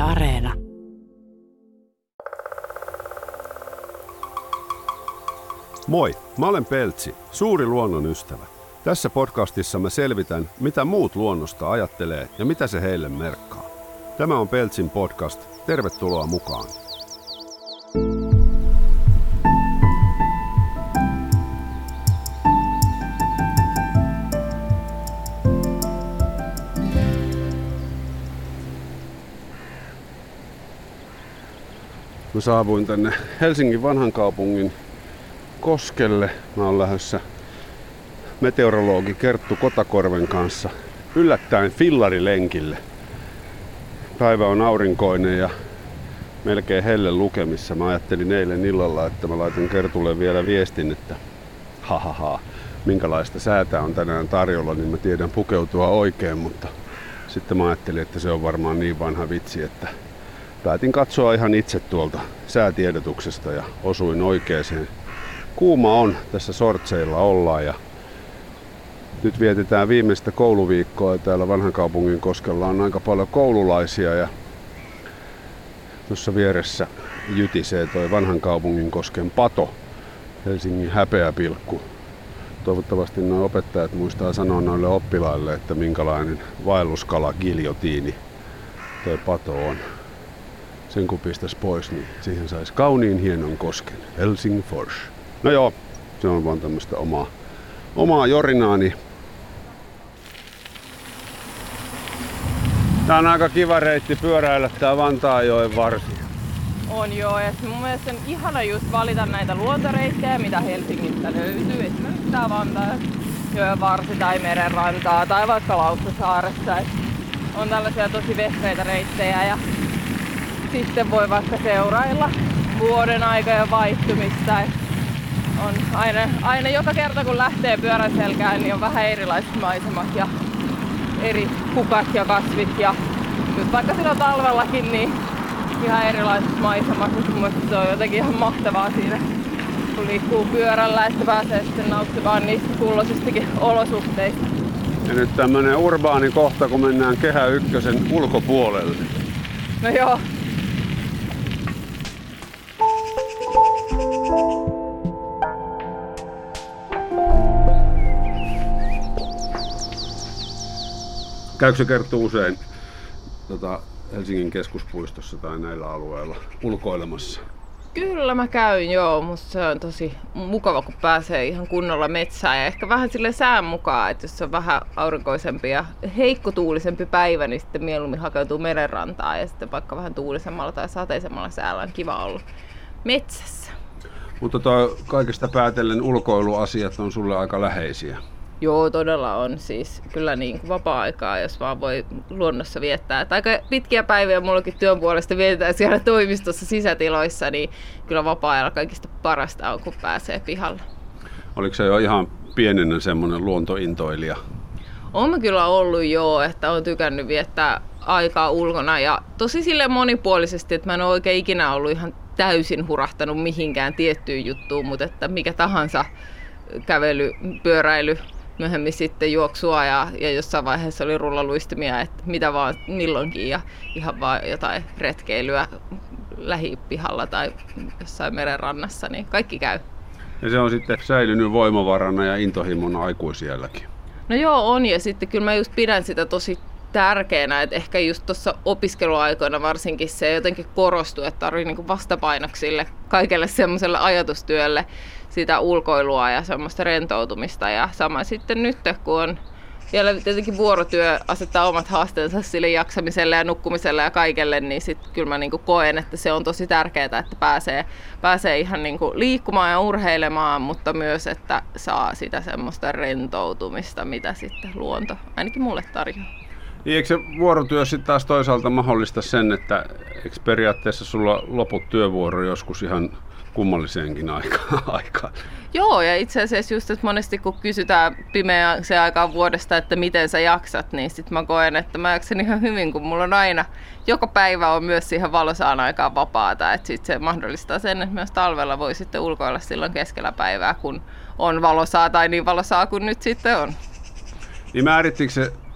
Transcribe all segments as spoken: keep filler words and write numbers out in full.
Areena. Moi, mä olen Peltsi, suuri luonnon ystävä. Tässä podcastissa mä selvitän, mitä muut luonnosta ajattelee ja mitä se heille merkkaa. Tämä on Peltsin podcast. Tervetuloa mukaan. Mä saavuin tänne Helsingin vanhan kaupungin koskelle. Mä oon lähdössä meteorologi Kerttu Kotakorven kanssa yllättäen fillarilenkille. Päivä on aurinkoinen ja melkein helle lukemissa. Mä ajattelin eilen illalla, että mä laitan Kertulle vielä viestin, että hahaha, minkälaista säätä on tänään tarjolla, niin mä tiedän pukeutua oikein, mutta sitten mä ajattelin, että se on varmaan niin vanha vitsi, että päätin katsoa ihan itse tuolta säätiedotuksesta ja osuin oikeeseen. Kuuma on, tässä sortseilla ollaan ja nyt vietetään viimeistä kouluviikkoa ja täällä vanhan kaupungin koskella on aika paljon koululaisia ja tuossa vieressä jytisee toi vanhan kaupungin kosken pato, Helsingin häpeäpilkku. Toivottavasti nuo opettajat muistaa sanoa noille oppilaille, että minkälainen vaelluskala giljotiini toi pato on. Sen kun pistäisi pois, niin siihen saisi kauniin hienon kosken. Helsingfors. No joo, se on vaan tämmöistä omaa, omaa jorinaani. Tää on aika kiva reitti pyöräillä tää Vantaajoen varsi. On joo, ja mun mielestä on ihana just valita näitä luontoreittejä, mitä Helsingistä löytyy. Esimerkiksi tää Vantaajoen varsi tai merenrantaa tai vaikka Lauttasaaressa. On tällaisia tosi vehreitä reittejä ja sitten voi vaikka seurailla vuoden aikojen vaihtumista. On aina, aina joka kerta kun lähtee pyörän selkään, niin on vähän erilaiset maisemat ja eri kukat ja kasvit. Ja nyt vaikka silloin talvellakin, niin ihan erilaiset maisemat. Mun mielestä se on jotenkin ihan mahtavaa siinä, kun liikkuu pyörällä, että pääsee sitten nauttimaan niistä kulloisistakin olosuhteista. Ja nyt tämmönen urbaani kohta, kun mennään Kehä Ykkösen ulkopuolelle. No joo. Käykö se Kerttu usein tota, Helsingin keskuspuistossa tai näillä alueilla ulkoilemassa? Kyllä mä käyn, joo. Musta se on tosi mukava, kun pääsee ihan kunnolla metsään ja ehkä vähän sille sään mukaan, että jos on vähän aurinkoisempi ja heikkotuulisempi päivä, niin sitten mieluummin hakeutuu merenrantaan ja sitten vaikka vähän tuulisemmalla tai sateisemmalla säällä on kiva olla metsässä. Mutta toi kaikesta päätellen ulkoiluasiat on sulle aika läheisiä. Joo, todella on. Siis kyllä niin kuin vapaa-aikaa, jos vaan voi luonnossa viettää. Että aika pitkiä päiviä mullakin työn puolesta vietetään siellä toimistossa sisätiloissa, niin kyllä vapaa-ajalla kaikista parasta on, kun pääsee pihalle. Oliko se jo ihan pienenä semmoinen luontointoilija? Olen mä kyllä ollut joo, että olen tykännyt viettää aikaa ulkona ja tosi silleen monipuolisesti, että mä en ole oikein ikinä ollut ihan täysin hurahtanut mihinkään tiettyyn juttuun, mutta että mikä tahansa kävely, pyöräily, myöhemmin sitten juoksua ja, ja jossain vaiheessa oli rullaluistimia, että mitä vaan milloinkin ja ihan vaan jotain retkeilyä lähipihalla tai jossain merenrannassa, niin kaikki käy. Ja se on sitten säilynyt voimavarana ja intohimona aikuisielläkin. No joo, on ja sitten kyllä mä just pidän sitä tosi tärkeänä, että ehkä just tuossa opiskeluaikoina varsinkin se jotenkin korostuu, että tarvii niinku vastapainoksille kaikelle semmoiselle ajatustyölle sitä ulkoilua ja semmoista rentoutumista ja sama sitten nyt, kun on vielä tietenkin vuorotyö asettaa omat haasteensa sille jaksamiselle ja nukkumiselle ja kaikelle, niin sitten kyllä mä niinku koen, että se on tosi tärkeää, että pääsee, pääsee ihan niinku liikkumaan ja urheilemaan, mutta myös, että saa sitä semmoista rentoutumista, mitä sitten luonto ainakin mulle tarjoaa. Niin, eikö se vuorotyö sitten taas toisaalta mahdollista sen, että eikö periaatteessa sulla loput työvuoro joskus ihan kummalliseenkin aikaan? Joo, ja itse asiassa just, että monesti kun kysytään pimeään se aikaan vuodesta, että miten sä jaksat, niin sitten mä koen, että mä jaksan ihan hyvin, kun mulla on aina, joka päivä on myös siihen valosaan aikaan vapaata, että sitten se mahdollistaa sen, että myös talvella voi sitten ulkoilla silloin keskellä päivää, kun on valosaa tai niin valosaa kuin nyt sitten on. Niin määrittikö se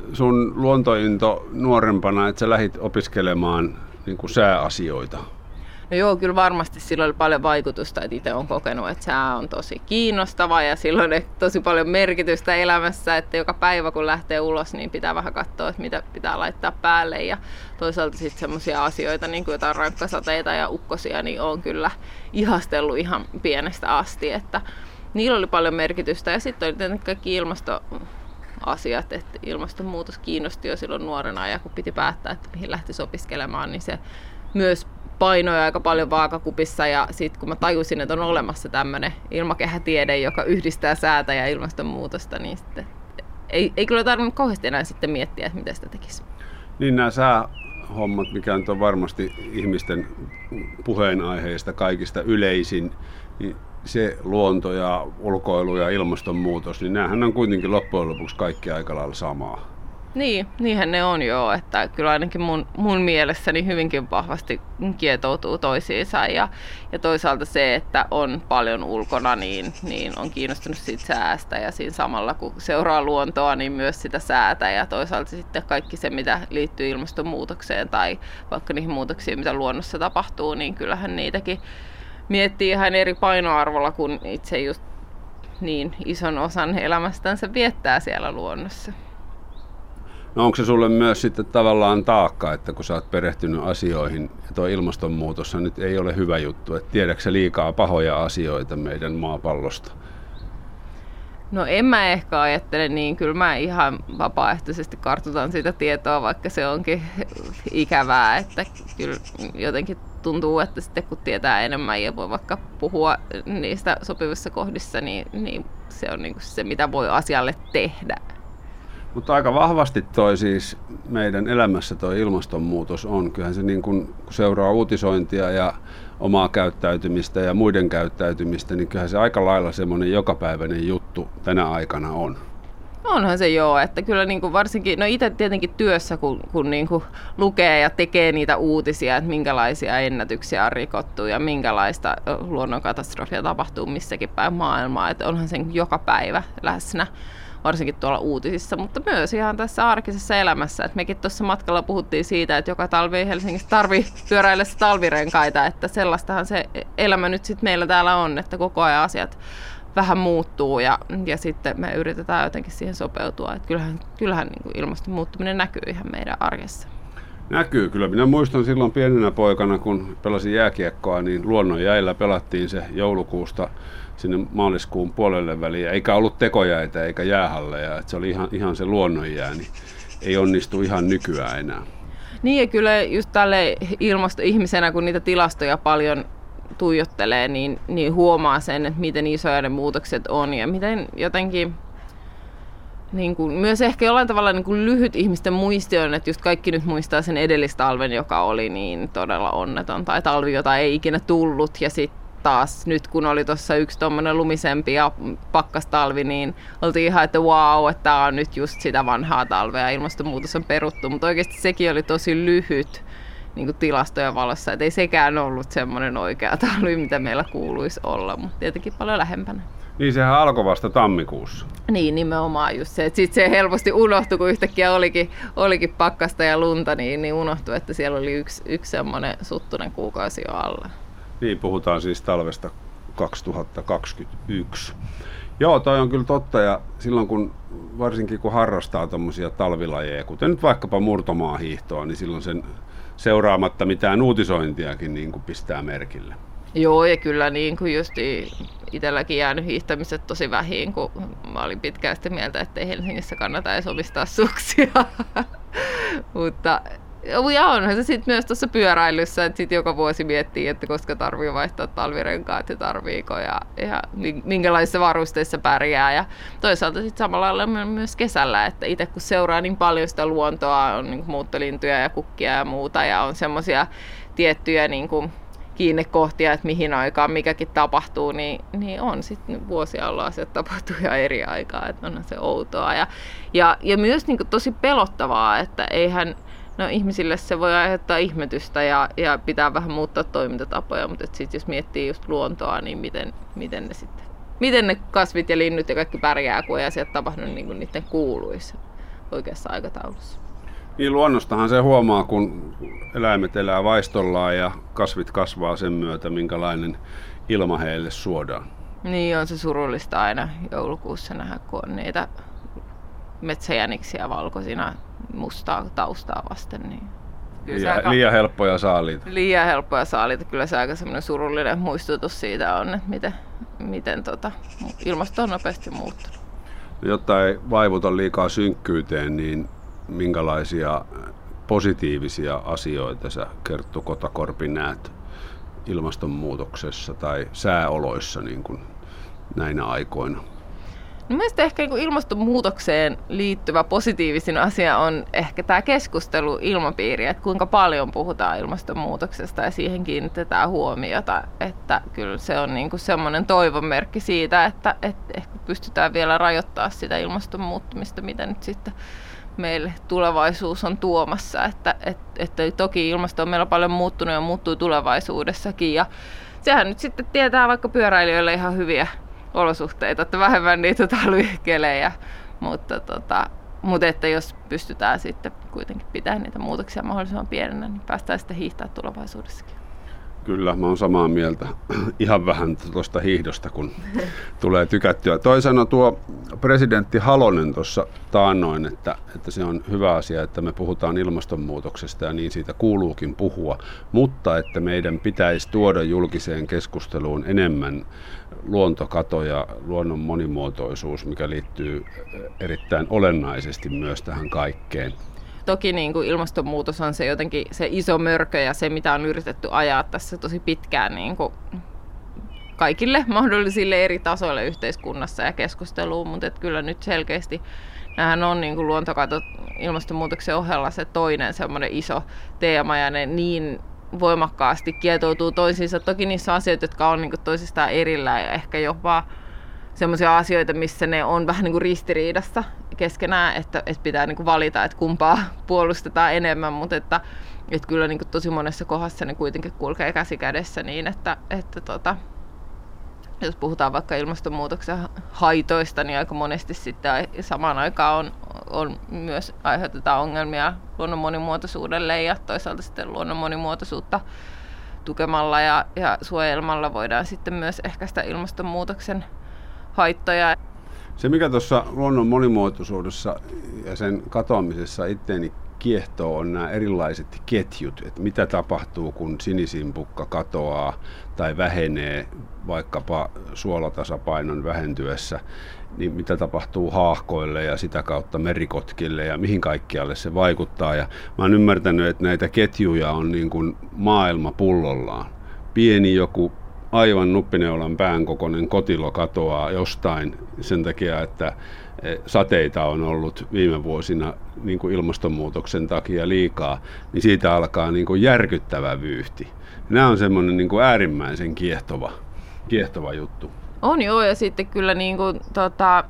sun luontointo nuorempana, että sä lähdit opiskelemaan niin kuin sääasioita? No joo, kyllä varmasti sillä oli paljon vaikutusta, että itse olen kokenut, että sää on tosi kiinnostava ja silloin on tosi paljon merkitystä elämässä, että joka päivä kun lähtee ulos, niin pitää vähän katsoa, että mitä pitää laittaa päälle ja toisaalta sitten semmoisia asioita, niin kuin jotain rankkasateita ja ukkosia, niin olen kyllä ihastellut ihan pienestä asti, että niillä oli paljon merkitystä ja sitten oli tietenkin kaikki ilmastoasiat, että ilmastonmuutos kiinnosti jo silloin nuorena ja kun piti päättää, että mihin lähtisi opiskelemaan, niin se myös painoi aika paljon vaakakupissa ja sitten kun mä tajusin, että on olemassa tämmöinen ilmakehätiede, joka yhdistää säätä ja ilmastonmuutosta, niin sitten ei, ei kyllä tarvinnut kauheasti enää sitten miettiä, että miten sitä tekisi. Niin nämä säähommat, mikä nyt on varmasti ihmisten puheenaiheista kaikista yleisin, niin se luonto ja ulkoilu ja ilmastonmuutos, niin näähän on kuitenkin loppujen lopuksi kaikki aika lailla samaa. Niin, niinhän ne on joo, että kyllä ainakin mun, mun mielessäni hyvinkin vahvasti kietoutuu toisiinsa ja, ja toisaalta se, että on paljon ulkona, niin, niin on kiinnostunut siitä säästä ja siinä samalla kun seuraa luontoa, niin myös sitä säätä ja toisaalta sitten kaikki se, mitä liittyy ilmastonmuutokseen tai vaikka niihin muutoksiin, mitä luonnossa tapahtuu, niin kyllähän niitäkin miettii ihan eri painoarvolla, kun itse just niin ison osan elämästänsä viettää siellä luonnossa. No onko se sulle myös sitten tavallaan taakka, että kun sä oot perehtynyt asioihin ja tuo ilmastonmuutos nyt ei ole hyvä juttu, että tiedätkö sä liikaa pahoja asioita meidän maapallosta? No en mä ehkä ajattele niin, kyllä mä ihan vapaaehtoisesti kartutan sitä tietoa, vaikka se onkin ikävää, että kyllä jotenkin tuntuu, että sitten kun tietää enemmän ja voi vaikka puhua niistä sopivissa kohdissa, niin, niin se on niin kuin se, mitä voi asialle tehdä. Mutta aika vahvasti toi siis meidän elämässä toi ilmastonmuutos on. Kyllähän se niin kun seuraa uutisointia ja omaa käyttäytymistä ja muiden käyttäytymistä, niin kyllähän se aika lailla semmoinen jokapäiväinen juttu tänä aikana on. Onhan se joo, että kyllä niin kuin varsinkin, no itse tietenkin työssä, kun, kun niin kuin lukee ja tekee niitä uutisia, että minkälaisia ennätyksiä on rikottu ja minkälaista luonnonkatastrofia tapahtuu missäkin päin maailmaa, että onhan sen joka päivä läsnä. Varsinkin tuolla uutisissa, mutta myös ihan tässä arkisessa elämässä. Et mekin tuossa matkalla puhuttiin siitä, että joka talvi Helsingissä tarvii pyöräillessä talvirenkaita, että sellaistahan se elämä nyt sitten meillä täällä on, että koko ajan asiat vähän muuttuu ja, ja sitten me yritetään jotenkin siihen sopeutua. Et kyllähän kyllähän niin kuin ilmaston muuttuminen näkyy ihan meidän arjessa. Näkyy kyllä. Minä muistan silloin pienenä poikana, kun pelasin jääkiekkoa, niin luonnonjäillä pelattiin se joulukuusta sinne maaliskuun puolelle väliin, eikä ollut tekojäitä eikä jäähalleja, että se oli ihan, ihan se luonnonjää, niin ei onnistu ihan nykyään enää. Niin ja kyllä just tälle ilmastoihmisenä, kun niitä tilastoja paljon tuijottelee, niin, niin huomaa sen, että miten isoja ne muutokset on ja miten jotenkin niin kuin, myös ehkä jollain tavalla niin kuin lyhyt ihmisten muisti on, että just kaikki nyt muistaa sen edellistalven, joka oli niin todella onneton, tai talvi, jota ei ikinä tullut ja sitten taas nyt kun oli tuossa yksi tommonen lumisempi ja pakkastalvi, niin oltiin ihan, että wow, että tämä on nyt just sitä vanhaa talvea ja ilmastonmuutos on peruttu, mutta oikeasti sekin oli tosi lyhyt niin kuin tilastojen valossa, että ei sekään ollut semmoinen oikea talvi, mitä meillä kuuluisi olla, mutta tietenkin paljon lähempänä. Niin sehän alkoi vasta tammikuussa. Niin, nimenomaan just se, että sitten se helposti unohtui, kun yhtäkkiä olikin, olikin pakkasta ja lunta, niin, niin unohtui, että siellä oli yksi, yksi semmoinen suttunen kuukausi jo alla. Niin, puhutaan siis talvesta kaksituhattakaksikymmentäyksi. Joo, toi on kyllä totta ja silloin kun, varsinkin kun harrastaa tommosia talvilajeja, kuten nyt vaikkapa murtomaahiihtoa, niin silloin sen seuraamatta mitään uutisointiakin niin kuin pistää merkille. Joo, ja kyllä niin kuin just itselläkin jäänyt hiihtämiset tosi vähiin, kun mä olin pitkään sitä mieltä, että ei Helsingissä kannata edes omistaa suksia. Mutta ja onhan se sitten myös tuossa pyöräilyssä, että sitten joka vuosi miettii, että koska tarvii vaihtaa talvirenkaat ja tarviiko ja, ja minkälaisissa varusteissa pärjää. Ja toisaalta sitten samalla lailla myös kesällä, että itse kun seuraa niin paljon sitä luontoa, on niin kuin muuttolintuja ja kukkia ja muuta ja on semmoisia tiettyjä niin kuin kiinnekohtia, että mihin aikaan mikäkin tapahtuu, niin, niin on sitten vuosia ollut asiat tapahtuu ihan eri aikaa, että onhan se outoa. Ja, ja, ja myös niin kuin tosi pelottavaa, että eihän no ihmisille se voi aiheuttaa ihmetystä ja, ja pitää vähän muuttaa toimintatapoja, mutta sitten jos miettii just luontoa, niin miten, miten, ne sitten, miten ne kasvit ja linnut ja kaikki pärjää, kun ei asiat tapahdu niin kuin niiden kuuluisi. oikeassa aikataulussa. Niin luonnostahan se huomaa, kun eläimet elää vaistollaan ja kasvit kasvaa sen myötä, minkälainen ilma heille suodaan. Niin on se surullista aina joulukuussa nähdä, kun on niitä metsäjäniksiä valkoisina mustaa taustaa vasten. Niin liian, aika, liian helppoja saaliita. Liian helppoja saaliita. Kyllä se aika semmoinen surullinen muistutus siitä on, että miten, miten tota, ilmasto on nopeasti muuttunut. Jotta ei vaivuta liikaa synkkyyteen, niin minkälaisia positiivisia asioita sä, Kerttu Kotakorpi, näet ilmastonmuutoksessa tai sääoloissa niin kuin näinä aikoina? No mielestäni ehkä ilmastonmuutokseen liittyvä positiivisin asia on ehkä tämä keskustelu ilmapiiri, että kuinka paljon puhutaan ilmastonmuutoksesta ja siihen kiinnitetään huomiota, että kyllä se on niin kuin semmoinen toivonmerkki siitä, että, että ehkä pystytään vielä rajoittamaan sitä ilmaston muuttumista, mitä nyt sitten meille tulevaisuus on tuomassa, että, että, että toki ilmasto on meillä paljon muuttunut ja muuttuu tulevaisuudessakin ja sehän nyt sitten tietää vaikka pyöräilijöille ihan hyviä olosuhteita, että vähemmän niitä talvikelejä, mutta, tota, mutta että jos pystytään sitten kuitenkin pitämään niitä muutoksia mahdollisimman pienenä, niin päästään sitten hiihtämään tulevaisuudessakin. Kyllä, mä oon samaa mieltä ihan vähän tuosta hiihdosta, kun tulee tykättyä. Toisaalta tuo presidentti Halonen tuossa taannoin, että, että se on hyvä asia, että me puhutaan ilmastonmuutoksesta ja niin siitä kuuluukin puhua, mutta että meidän pitäisi tuoda julkiseen keskusteluun enemmän luontokato ja luonnon monimuotoisuus, mikä liittyy erittäin olennaisesti myös tähän kaikkeen. Toki niin kuin ilmastonmuutos on se jotenkin se iso mörkö ja se, mitä on yritetty ajaa tässä tosi pitkään niin kuin kaikille mahdollisille eri tasoille yhteiskunnassa ja keskusteluun, mutta että kyllä nyt selkeästi nämähän on niin kuin luontokato ilmastonmuutoksen ohella se toinen semmoinen iso teema ja ne niin voimakkaasti kietoutuu toisiinsa. Toki niissä on asioita, jotka on niin kuin toisistaan erillään ja ehkä jopa sellaisia asioita, missä ne on vähän niin kuin ristiriidassa keskenään, että, että pitää niin kuin valita, että kumpaa puolustetaan enemmän, mutta että, että kyllä niin kuin tosi monessa kohdassa ne kuitenkin kulkee käsi kädessä niin, että, että tota, jos puhutaan vaikka ilmastonmuutoksen haitoista, niin aika monesti sitten samaan aikaan on, on myös aiheutetaan ongelmia luonnon monimuotoisuudelle ja toisaalta sitten luonnon monimuotoisuutta tukemalla ja, ja suojelmalla voidaan sitten myös ehkäistä ilmastonmuutoksen haittoja. Se, mikä tuossa luonnon monimuotoisuudessa ja sen katoamisessa itteeni kiehtoo, on nämä erilaiset ketjut, että mitä tapahtuu, kun sinisimpukka katoaa tai vähenee vaikkapa suolatasapainon vähentyessä, niin mitä tapahtuu haahkoille ja sitä kautta merikotkille ja mihin kaikkialle se vaikuttaa. Ja mä oon ymmärtänyt, että näitä ketjuja on niin kuin maailma pullollaan. Pieni joku aivan nuppineulan pään kokoinen kotilo katoaa jostain sen takia, että sateita on ollut viime vuosina niin kuin ilmastonmuutoksen takia liikaa, niin siitä alkaa niin kuin järkyttävä vyyhti. Nämä on semmoinen niin kuin äärimmäisen kiehtova, kiehtova juttu. On joo, ja sitten kyllä niin kuin, tota,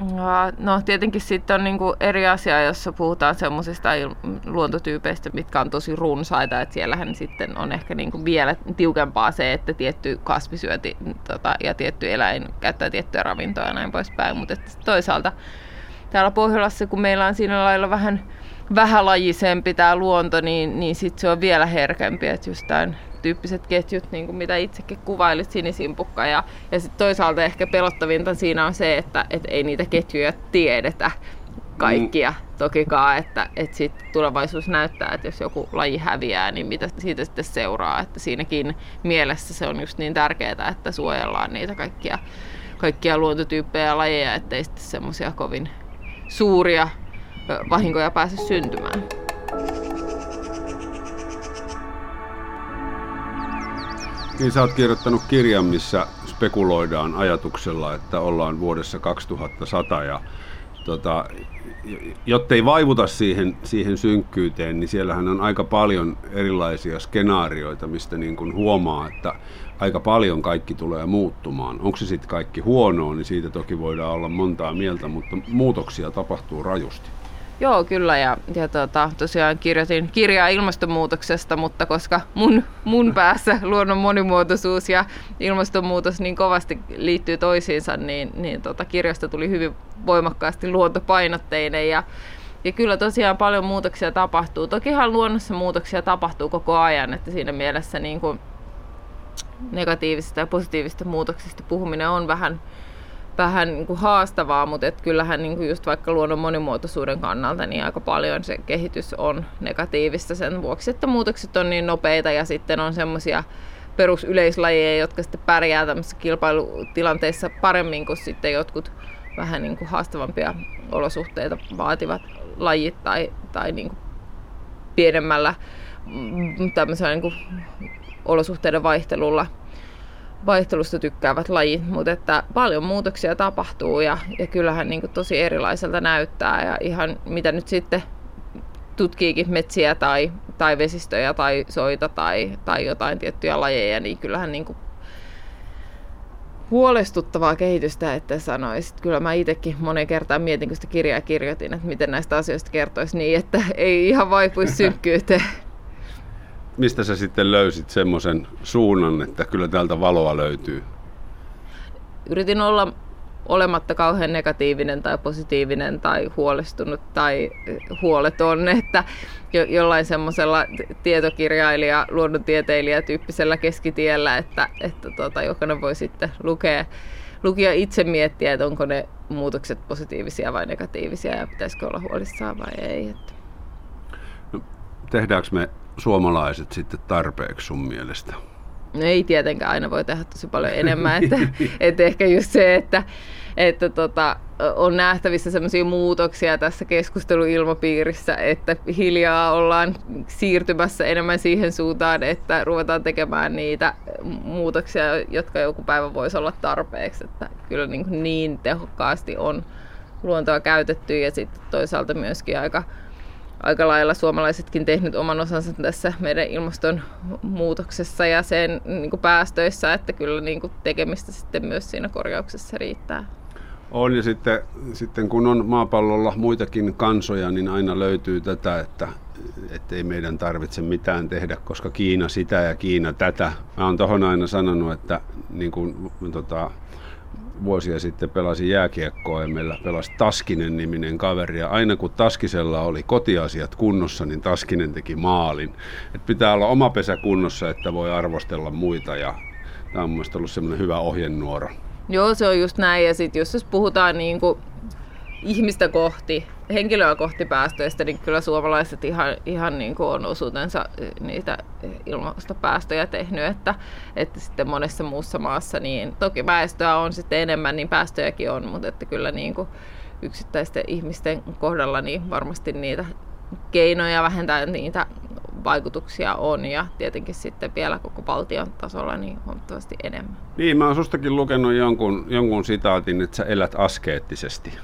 no tietenkin sitten on niin kuin eri asia, jossa puhutaan semmoisista luontotyypeistä, mitkä on tosi runsaita, että siellähän sitten on ehkä niin kuin vielä tiukempaa se, että tietty kasvi syö tota, ja tietty eläin käyttää tiettyjä ravintoja ja näin poispäin, mutta toisaalta täällä Pohjolassa, kun meillä on siinä lailla vähän vähälajisempi tämä luonto, niin, niin sitten se on vielä herkempi, että just tämän tyyppiset ketjut, niin kuin mitä itsekin kuvailit, sinisimpukka. Ja, ja sitten toisaalta ehkä pelottavinta siinä on se, että et ei niitä ketjuja tiedetä kaikkia mm. tokikaan, että et sit tulevaisuus näyttää, että jos joku laji häviää, niin mitä siitä sitten seuraa. Että siinäkin mielessä se on just niin tärkeää, että suojellaan niitä kaikkia, kaikkia luontotyyppejä ja lajeja, ettei sitten semmoisia kovin suuria vahinkoja pääse syntymään. Niin, sä oot kirjoittanut kirjan, missä spekuloidaan ajatuksella, että ollaan vuodessa kaksituhattasata ja tota, jottei vaivuta siihen, siihen synkkyyteen, niin siellähän on aika paljon erilaisia skenaarioita, mistä niin kun huomaa, että aika paljon kaikki tulee muuttumaan. Onko se sitten kaikki huonoa, niin siitä toki voidaan olla montaa mieltä, mutta muutoksia tapahtuu rajusti. Joo, kyllä. Ja, ja tota, tosiaan kirjoitin kirjaa ilmastonmuutoksesta, mutta koska mun, mun päässä luonnon monimuotoisuus ja ilmastonmuutos niin kovasti liittyy toisiinsa, niin, niin tota, kirjasta tuli hyvin voimakkaasti luontopainotteinen. Ja, ja kyllä tosiaan paljon muutoksia tapahtuu. Tokihan luonnossa muutoksia tapahtuu koko ajan, että siinä mielessä niin kuin negatiivisista ja positiivisista muutoksista puhuminen on vähän, vähän niin kuin haastavaa, mutta et kyllähän niin kuin just vaikka luonnon monimuotoisuuden kannalta niin aika paljon se kehitys on negatiivista sen vuoksi, että muutokset on niin nopeita ja sitten on semmoisia perusyleislajeja, jotka sitten pärjää tämmöisissä kilpailutilanteissa paremmin kuin sitten jotkut vähän niin kuin haastavampia olosuhteita vaativat lajit tai, tai niin kuin pienemmällä tämmöisellä niin kuin olosuhteiden vaihtelulla, vaihtelusta tykkäävät lajit, mutta että paljon muutoksia tapahtuu ja, ja kyllähän niin kuin tosi erilaiselta näyttää ja ihan mitä nyt sitten tutkiikin metsiä tai, tai vesistöjä tai soita tai, tai jotain tiettyjä lajeja, niin kyllähän niin kuin huolestuttavaa kehitystä, että sanoisit. Kyllä mä itsekin monen kertaan mietin, kun sitä kirjaa kirjoitin, että miten näistä asioista kertoisi niin, että ei ihan vaipuisi synkkyyteen. Mistä sä sitten löysit semmoisen suunnan, että kyllä täältä valoa löytyy? Yritin olla olematta kauhean negatiivinen tai positiivinen tai huolestunut tai huoleton, että jo, jollain semmoisella tietokirjailija, luonnontieteilijä tyyppisellä keskitiellä, että, että tota, jokainen voi sitten lukea, lukea itse miettiä, että onko ne muutokset positiivisia vai negatiivisia ja pitäisikö olla huolissaan vai ei. Että. No, tehdäänkö me suomalaiset sitten tarpeeksi sun mielestä? No ei tietenkään, aina voi tehdä tosi paljon enemmän, että, että ehkä just se, että, että tota, on nähtävissä sellaisia muutoksia tässä keskusteluilmapiirissä, että hiljaa ollaan siirtymässä enemmän siihen suuntaan, että ruvetaan tekemään niitä muutoksia, jotka joku päivä voisi olla tarpeeksi, että kyllä niin, niin tehokkaasti on luontoa käytetty ja sitten toisaalta myöskin aika Aika lailla suomalaisetkin tehnyt oman osansa tässä meidän ilmastonmuutoksessa ja sen niin kuin päästöissä, että kyllä niin kuin tekemistä sitten myös siinä korjauksessa riittää. On ja sitten, sitten kun on maapallolla muitakin kansoja, niin aina löytyy tätä, että ei meidän tarvitse mitään tehdä, koska Kiina sitä ja Kiina tätä. Mä oon tohon aina sanonut, että niin kuin, tota, vuosia sitten pelasin jääkiekkoa ja meillä pelasi Taskinen-niminen kaveri. Ja aina kun Taskisella oli kotiasiat kunnossa, niin Taskinen teki maalin. Et pitää olla oma pesä kunnossa, että voi arvostella muita. Ja tämä on mun mielestä ollut semmoinen hyvä ohjenuoro. Joo, se on just näin. Ja sitten jos puhutaan niin kuin ihmistä kohti, henkilöä kohti päästöistä, niin kyllä suomalaiset ihan, ihan niin kuin on osuutensa niitä ilmastopäästöjä tehnyt, että, että sitten monessa muussa maassa, niin toki väestöä on sitten enemmän, niin päästöjäkin on, mutta että kyllä niin kuin yksittäisten ihmisten kohdalla niin varmasti niitä keinoja vähentää niitä vaikutuksia on ja tietenkin sitten vielä koko valtion tasolla niin huomattavasti enemmän. Niin, mä oon sustakin lukenut jonkun, jonkun sitaatin, että sä elät askeettisesti.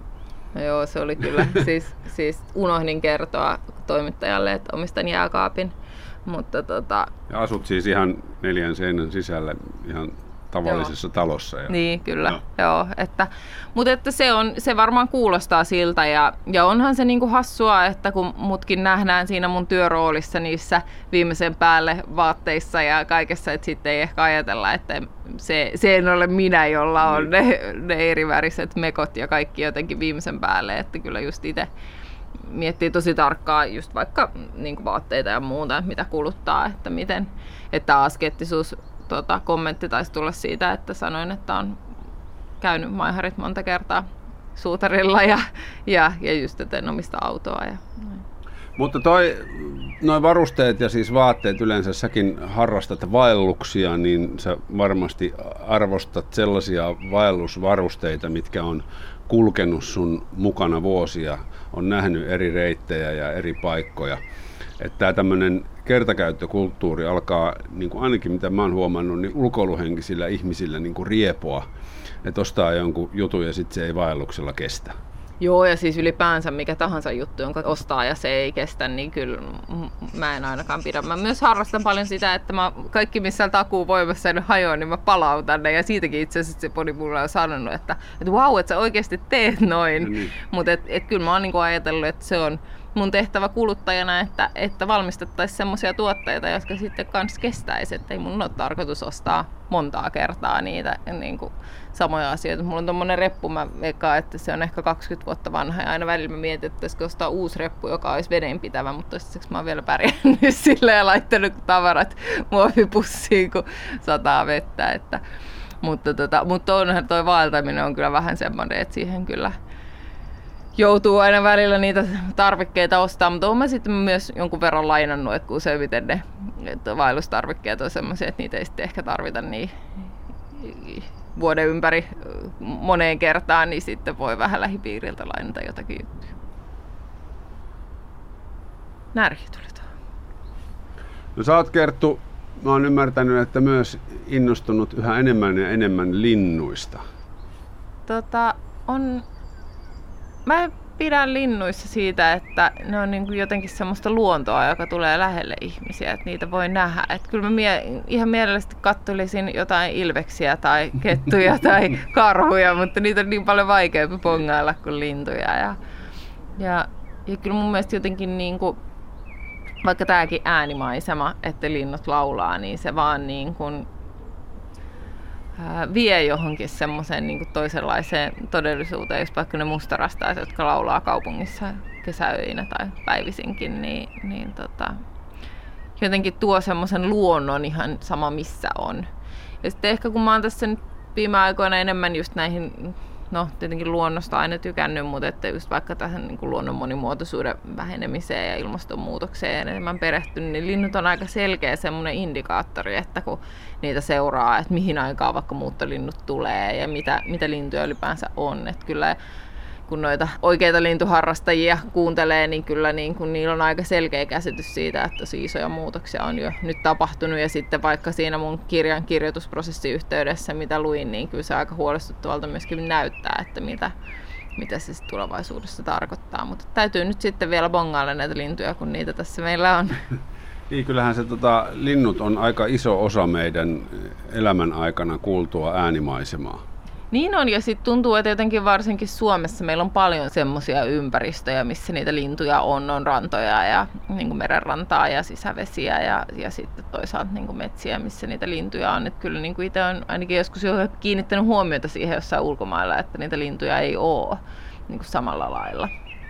No joo, se oli kyllä. siis, siis unohdin kertoa toimittajalle, että omistan jääkaapin. Mutta tota... Ja asut siis ihan neljän seinän sisällä ihan tavallisessa joo. talossa. Ja... Niin, kyllä. No. Joo, että, mutta että se, on, se varmaan kuulostaa siltä ja, ja onhan se niinku hassua, että kun mutkin nähdään siinä mun työroolissa niissä viimeisen päälle vaatteissa ja kaikessa, että sitten ei ehkä ajatella, että se, se en ole minä, jolla on ne, ne eriväriset mekot ja kaikki jotenkin viimeisen päälle, että kyllä just itse miettii tosi tarkkaan just vaikka niin kuin vaatteita ja muuta, mitä kuluttaa, että miten, että askeettisuus tota, kommentti taisi tulla siitä, että sanoin, että on käynyt maiharit monta kertaa suutarilla ja, ja, ja just, että en omista autoa. Ja, noin. Mutta toi, noi varusteet ja siis vaatteet, yleensä säkin harrastat vaelluksia, niin sä varmasti arvostat sellaisia vaellusvarusteita, mitkä on kulkenut sun mukana vuosia, on nähnyt eri reittejä ja eri paikkoja. Että tämä tämmöinen kertakäyttökulttuuri alkaa, niin kuin ainakin mitä mä oon huomannut, niin ulkoiluhenkisillä ihmisillä niin kuin riepoa. Että ostaa jonkun jutun ja sitten se ei vaelluksella kestä. Joo, ja siis ylipäänsä mikä tahansa juttu, jonka ostaa ja se ei kestä, niin kyllä mä en ainakaan pidä. Mä myös harrastan paljon sitä, että mä kaikki missä takuu voimassa nyt hajoaa, niin mä palautan ne. Ja siitäkin itse asiassa se podi mulle on sanonut, että, että vau, että sä oikeasti teet noin. Mm. Mutta et, et kyllä mä oon niinku ajatellut, että se on mun tehtävä kuluttajana, että, että valmistettaisiin semmoisia tuotteita, jotka sitten kans kestäisi, että ei mun ole tarkoitus ostaa montaa kertaa niitä niin kuin samoja asioita. Mulla on tommonen reppu, mä veikkaan, että se on ehkä kaksikymmentä vuotta vanha ja aina välillä mä mietin, että pitäisikö ostaa uusi reppu, joka olisi vedenpitävä, mutta toistaiseksi mä oon vielä pärjännyt silleen ja laittanut tavarat muovipussiin, kun sataa vettä. Että, mutta, tota, mutta onhan toi vaeltaminen on kyllä vähän semmoinen, että siihen kyllä joutuu aina välillä niitä tarvikkeita ostamaan, mutta olen mä sitten myös jonkun verran lainannut, että kun useimmiten ne vaellustarvikkeet on semmoisia, että niitä ei sitten ehkä tarvita niin vuoden ympäri moneen kertaan, niin sitten voi vähän lähipiiriltä lainata jotakin juttuja. Närhi tuli tuohon. No sä oot, Kerttu, mä oon ymmärtänyt, että myös innostunut yhä enemmän ja enemmän linnuista. Tota, on... Mä pidän linnuissa siitä, että ne on niin kuin jotenkin semmoista luontoa, joka tulee lähelle ihmisiä, että niitä voi nähdä. Että kyllä mä mie- ihan mielellästi kattelisin jotain ilveksiä tai kettuja tai karhuja, mutta niitä on niin paljon vaikeampi pongailla kuin lintuja. Ja, ja, ja kyllä mun mielestä jotenkin, niin kuin, vaikka tääkin äänimaisema, että linnut laulaa, niin se vaan niin kuin vie johonkin semmoiseen niin kuin toisenlaiseen todellisuuteen, jos vaikka ne mustarastajat, jotka laulaa kaupungissa kesäöinä tai päivisinkin, niin, niin tota, jotenkin tuo semmoisen luonnon ihan sama missä on. Ja sitten ehkä kun mä oon tässä nyt viime aikoina enemmän just näihin, no tietenkin luonnosta aina tykännyt, mutta että just vaikka tähän niin kuin luonnon monimuotoisuuden vähenemiseen ja ilmastonmuutokseen enemmän perehtynyt, niin linnut on aika selkeä semmoinen indikaattori, että kun niitä seuraa, että mihin aikaan vaikka muuttolinnut tulee ja mitä, mitä lintuja ylipäänsä on. Että kyllä kun noita oikeita lintuharrastajia kuuntelee, niin kyllä niin kun niillä on aika selkeä käsitys siitä, että tosi isoja muutoksia on jo nyt tapahtunut. Ja sitten vaikka siinä mun kirjan kirjoitusprosessin yhteydessä, mitä luin, niin kyllä se aika huolestuttavalta myöskin näyttää, että mitä, mitä se sitten tulevaisuudessa tarkoittaa. Mutta täytyy nyt sitten vielä bongailla näitä lintuja, kun niitä tässä meillä on. Niin, kyllähän se tota, linnut on aika iso osa meidän elämän aikana kuultua äänimaisemaa. Niin on, ja sitten tuntuu, että jotenkin varsinkin Suomessa meillä on paljon semmoisia ympäristöjä, missä niitä lintuja on, on rantoja ja niin kuin merenrantaa ja sisävesiä ja, ja sitten toisaalta niin kuin metsiä, missä niitä lintuja on. Että kyllä niin kuin itse olen ainakin joskus jo kiinnittänyt huomiota siihen jossain ulkomailla, että niitä lintuja ei ole niin kuin samalla lailla.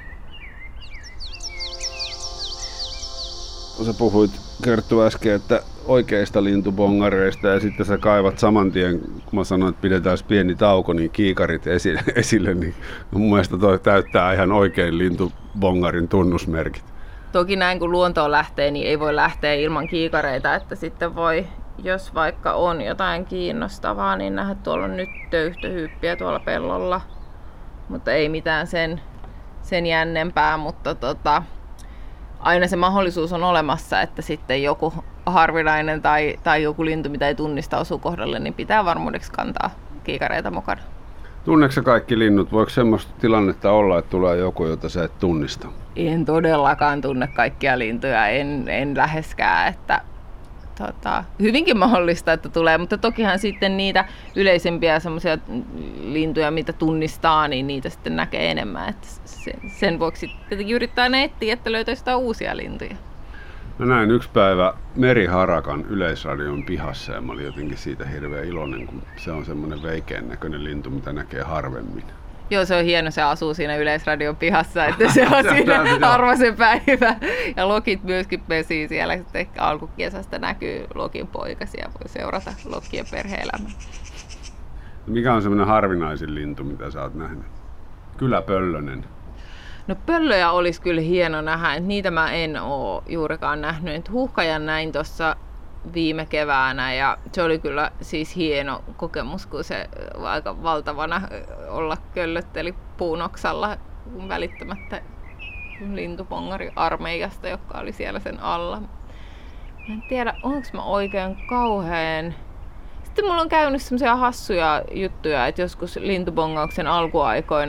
Sä puhuit, Kerttu, äsken, että oikeista lintubongareista ja sitten sä kaivat saman tien, kun mä sanoin, että pidetään pieni tauko, niin kiikarit esille, esille niin mun mielestä toi täyttää ihan oikein lintubongarin tunnusmerkit. Toki näin kun luontoon lähtee, niin ei voi lähteä ilman kiikareita, että sitten voi, jos vaikka on jotain kiinnostavaa, niin nähdä tuolla on nyt töyhtöhyyppiä tuolla pellolla, mutta ei mitään sen, sen jännempää, mutta tota, aina se mahdollisuus on olemassa, että sitten joku harvinainen tai, tai joku lintu, mitä ei tunnista, osuu kohdalle, niin pitää varmuudeksi kantaa kiikareita mukana. Tunneeko kaikki linnut? Voiko semmoista tilannetta olla, että tulee joku, jota sä et tunnista? En todellakaan tunne kaikkia lintuja, en, en läheskään. Että, tota, hyvinkin mahdollista, että tulee, mutta tokihan sitten niitä yleisempiä semmoisia lintuja, mitä tunnistaa, niin niitä sitten näkee enemmän. Että sen, sen vuoksi tietenkin yrittää ne etsiä, että löytäisi jotain uusia lintuja. Mä näin yksi päivä meriharakan Yleisradion pihassa ja mä olin jotenkin siitä hirveän iloinen, kun se on semmoinen veikeän näköinen lintu, mitä näkee harvemmin. Joo, se on hieno, se asuu siinä Yleisradion pihassa, että se on siinä harva se päivä. Ja lokit myöskin pesii siellä, sitten alkukesästä näkyy lokin poikasia, voi seurata lokkien perhe-elämää. Mikä on semmoinen harvinaisin lintu, mitä sä oot nähnyt? Kyläpöllönen. No pöllöjä olisi kyllä hieno nähdä, että niitä mä en oo juurikaan nähnyt. Huuhkajan näin tuossa viime keväänä ja se oli kyllä siis hieno kokemus, kun se aika valtavana olla köllötteli puunoksalla välittämättä lintupongari armeijasta, joka oli siellä sen alla. Mä en tiedä, onko mä oikein kauheen. Sitten mulla on käynyt semmoisia hassuja juttuja, että joskus lintubongauksen alkuaikoina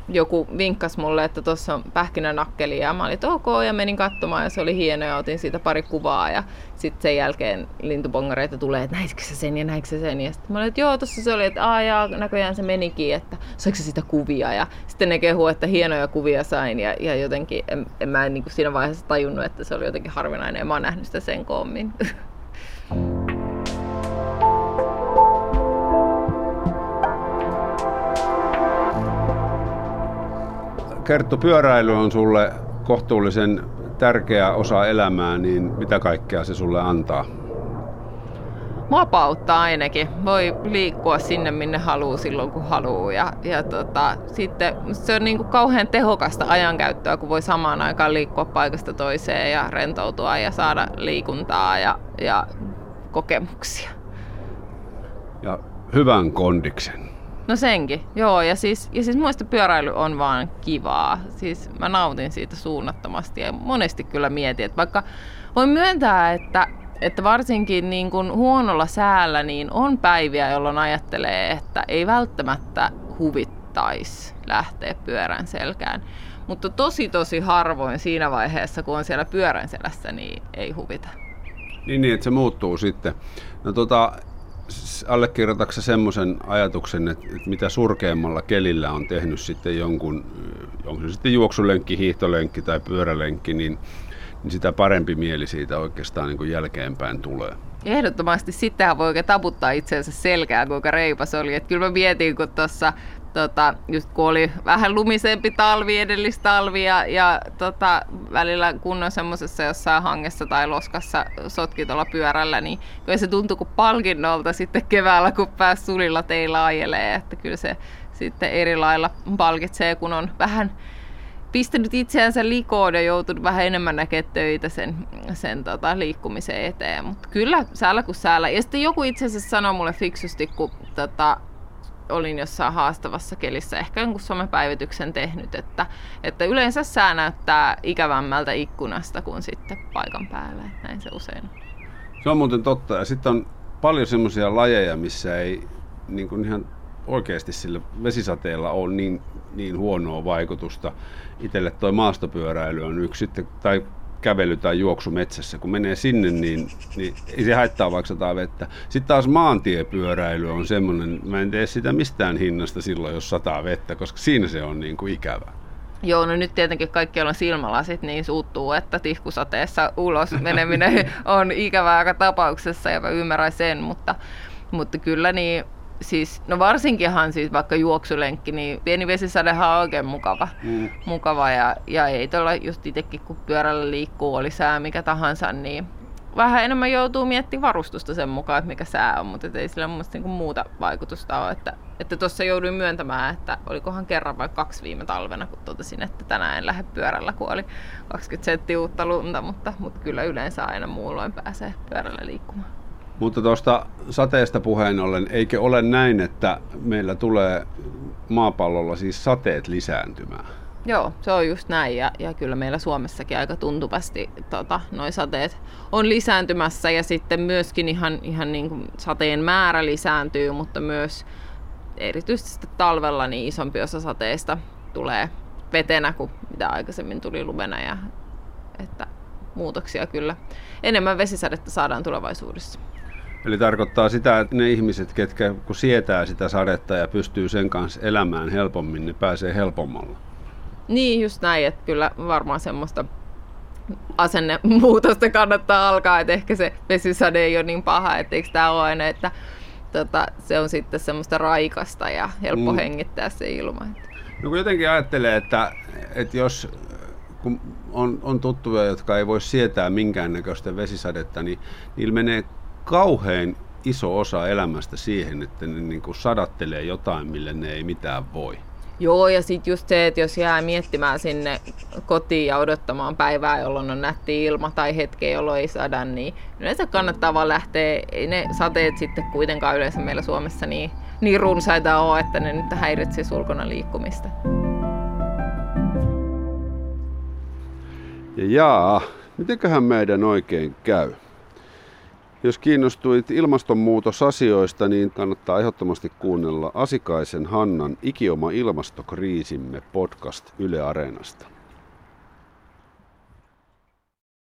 joku vinkkasi mulle, että tuossa on pähkinänakkeli ja mä olin, että ok, ja menin katsomaan ja se oli hieno ja otin siitä pari kuvaa ja sitten sen jälkeen lintubongareita tulee, että näitkö sä sen ja näitkö sä sen ja sitten mä olin, että joo, tuossa se oli, että aajaa, näköjään se menikin, että saiko sä sitä kuvia ja sitten ne kehuu, että hienoja kuvia sain ja, ja jotenkin en, en mä en niin kuin siinä vaiheessa tajunnut, että se oli jotenkin harvinainen ja mä oon nähnyt sitä sen koommin. Kerttu, pyöräily on sulle kohtuullisen tärkeä osa elämää, niin mitä kaikkea se sulle antaa? Vapauttaa ainakin. Voi liikkua sinne, minne haluaa silloin, kun haluaa. Ja, ja tota, sitten se on niin kuin kauhean tehokasta ajankäyttöä, kun voi samaan aikaan liikkua paikasta toiseen ja rentoutua ja saada liikuntaa ja, ja kokemuksia. Ja hyvän kondiksen. No senkin, joo. Ja siis, ja siis muista pyöräily on vaan kivaa. Siis mä nautin siitä suunnattomasti ja monesti kyllä mietin, että vaikka voin myöntää, että, että varsinkin niin kuin huonolla säällä niin on päiviä, jolloin ajattelee, että ei välttämättä huvittaisi lähteä pyörän selkään. Mutta tosi tosi harvoin siinä vaiheessa, kun on siellä pyörän selässä, niin ei huvita. Niin, niin että se muuttuu sitten. No tota... Allekirjoitatko sä semmoisen ajatuksen, että, että mitä surkeammalla kelillä on tehnyt sitten jonkun, onko se sitten juoksulenkki, hiihtolenkki tai pyörälenkki, niin, niin sitä parempi mieli siitä oikeastaan niin kuin jälkeenpäin tulee? Ehdottomasti. Sittenhän voi oikein taputtaa itseensä selkään, kuinka reipas oli. Että kyllä mä mietin, kun tuossa Tota, just kun oli vähän lumisempi talvi, edellistalvi ja, ja tota, välillä kunnon semmoisessa jossain hangessa tai loskassa sotki tuolla pyörällä, niin kyllä se tuntui kuin palkinnolta sitten keväällä, kun pääsi sulilla teillä ajelee. Että kyllä se sitten eri lailla palkitsee, kun on vähän pistänyt itseänsä likoon ja joutunut vähän enemmän näkemään töitä sen, sen tota, liikkumisen eteen. Mutta kyllä säällä kuin säällä. Ja sitten joku itse asiassa sanoi mulle fiksusti, kun tota, olin jossain haastavassa kelissä, ehkä jonkun somepäivityksen tehnyt, että, että yleensä sää näyttää ikävämmältä ikkunasta kuin sitten paikan päällä. Näin se usein on. Se on muuten totta. Ja sitten on paljon semmoisia lajeja, missä ei niin kuin ihan oikeasti sillä vesisateella ole niin, niin huonoa vaikutusta. Itselle toi maastopyöräily on yksi sitten, tai kävely tai juoksu metsässä. Kun menee sinne, niin, niin ei se haittaa vaikka sataa vettä. Sitten taas maantiepyöräily on semmoinen, mä en tee sitä mistään hinnasta silloin, jos sataa vettä, koska siinä se on niin kuin ikävä. Joo, no nyt tietenkin kaikki on silmälasit, niin suuttuu, että tihkusateessa ulos meneminen on ikävää joka tapauksessa, ja mä ymmärrän sen, mutta, mutta kyllä niin, siis, no varsinkinhan siis vaikka juoksulenkki, niin pieni vesisadehan on oikein mukava, mm. mukava ja, ja ei tuolla just itsekin, kun pyörällä liikkuu, oli sää mikä tahansa, niin vähän enemmän joutuu miettimään varustusta sen mukaan, että mikä sää on, mutta ei sillä mun mielestä niin muuta vaikutusta ole. Että, että tuossa jouduin myöntämään, että olikohan kerran vai kaksi viime talvena, kun totesin, että tänään en lähde pyörällä, kun oli kaksikymmentä senttiä uutta lunta, mutta, mutta kyllä yleensä aina muulloin pääsee pyörällä liikkumaan. Mutta tuosta sateesta puheen ollen, eikö ole näin, että meillä tulee maapallolla siis sateet lisääntymään? Joo, se on just näin ja, ja kyllä meillä Suomessakin aika tuntuvasti tota, noi sateet on lisääntymässä ja sitten myöskin ihan, ihan niin kuin sateen määrä lisääntyy, mutta myös erityisesti talvella niin isompi osa sateista tulee vetenä kuin mitä aikaisemmin tuli lumena ja että muutoksia kyllä. Enemmän vesisadetta saadaan tulevaisuudessa. Eli tarkoittaa sitä, että ne ihmiset, ketkä kun sietää sitä sadetta ja pystyy sen kanssa elämään helpommin, ne pääsee helpommalla. Niin, just näin, että kyllä varmaan semmoista asennemuutosta kannattaa alkaa, että ehkä se vesisade ei ole niin paha, että eikö tämä ole aina, että tota, se on sitten semmoista raikasta ja helppo mm. hengittää se ilma. No kun jotenkin ajattelee, että, että jos kun on, on tuttuja, jotka ei voi sietää minkäännäköistä vesisadetta, niin niillä menee kauhean iso osa elämästä siihen, että ne niin kuin sadattelee jotain, mille ne ei mitään voi. Joo, ja sitten just se, että jos jää miettimään sinne kotiin ja odottamaan päivää, jolloin on nätti ilma tai hetkeä, jolloin ei sada, niin yleensä kannattaa vaan lähteä. Ei ne sateet sitten kuitenkaan yleensä meillä Suomessa niin, niin runsaita ole, että ne nyt häiritsisi ulkona liikkumista. Ja jaa, mitenköhän meidän oikein käy? Jos kiinnostuit ilmastonmuutosasioista, niin kannattaa ehdottomasti kuunnella Asikaisen Hannan Ikioma ilmastokriisimme podcast Yle Areenasta.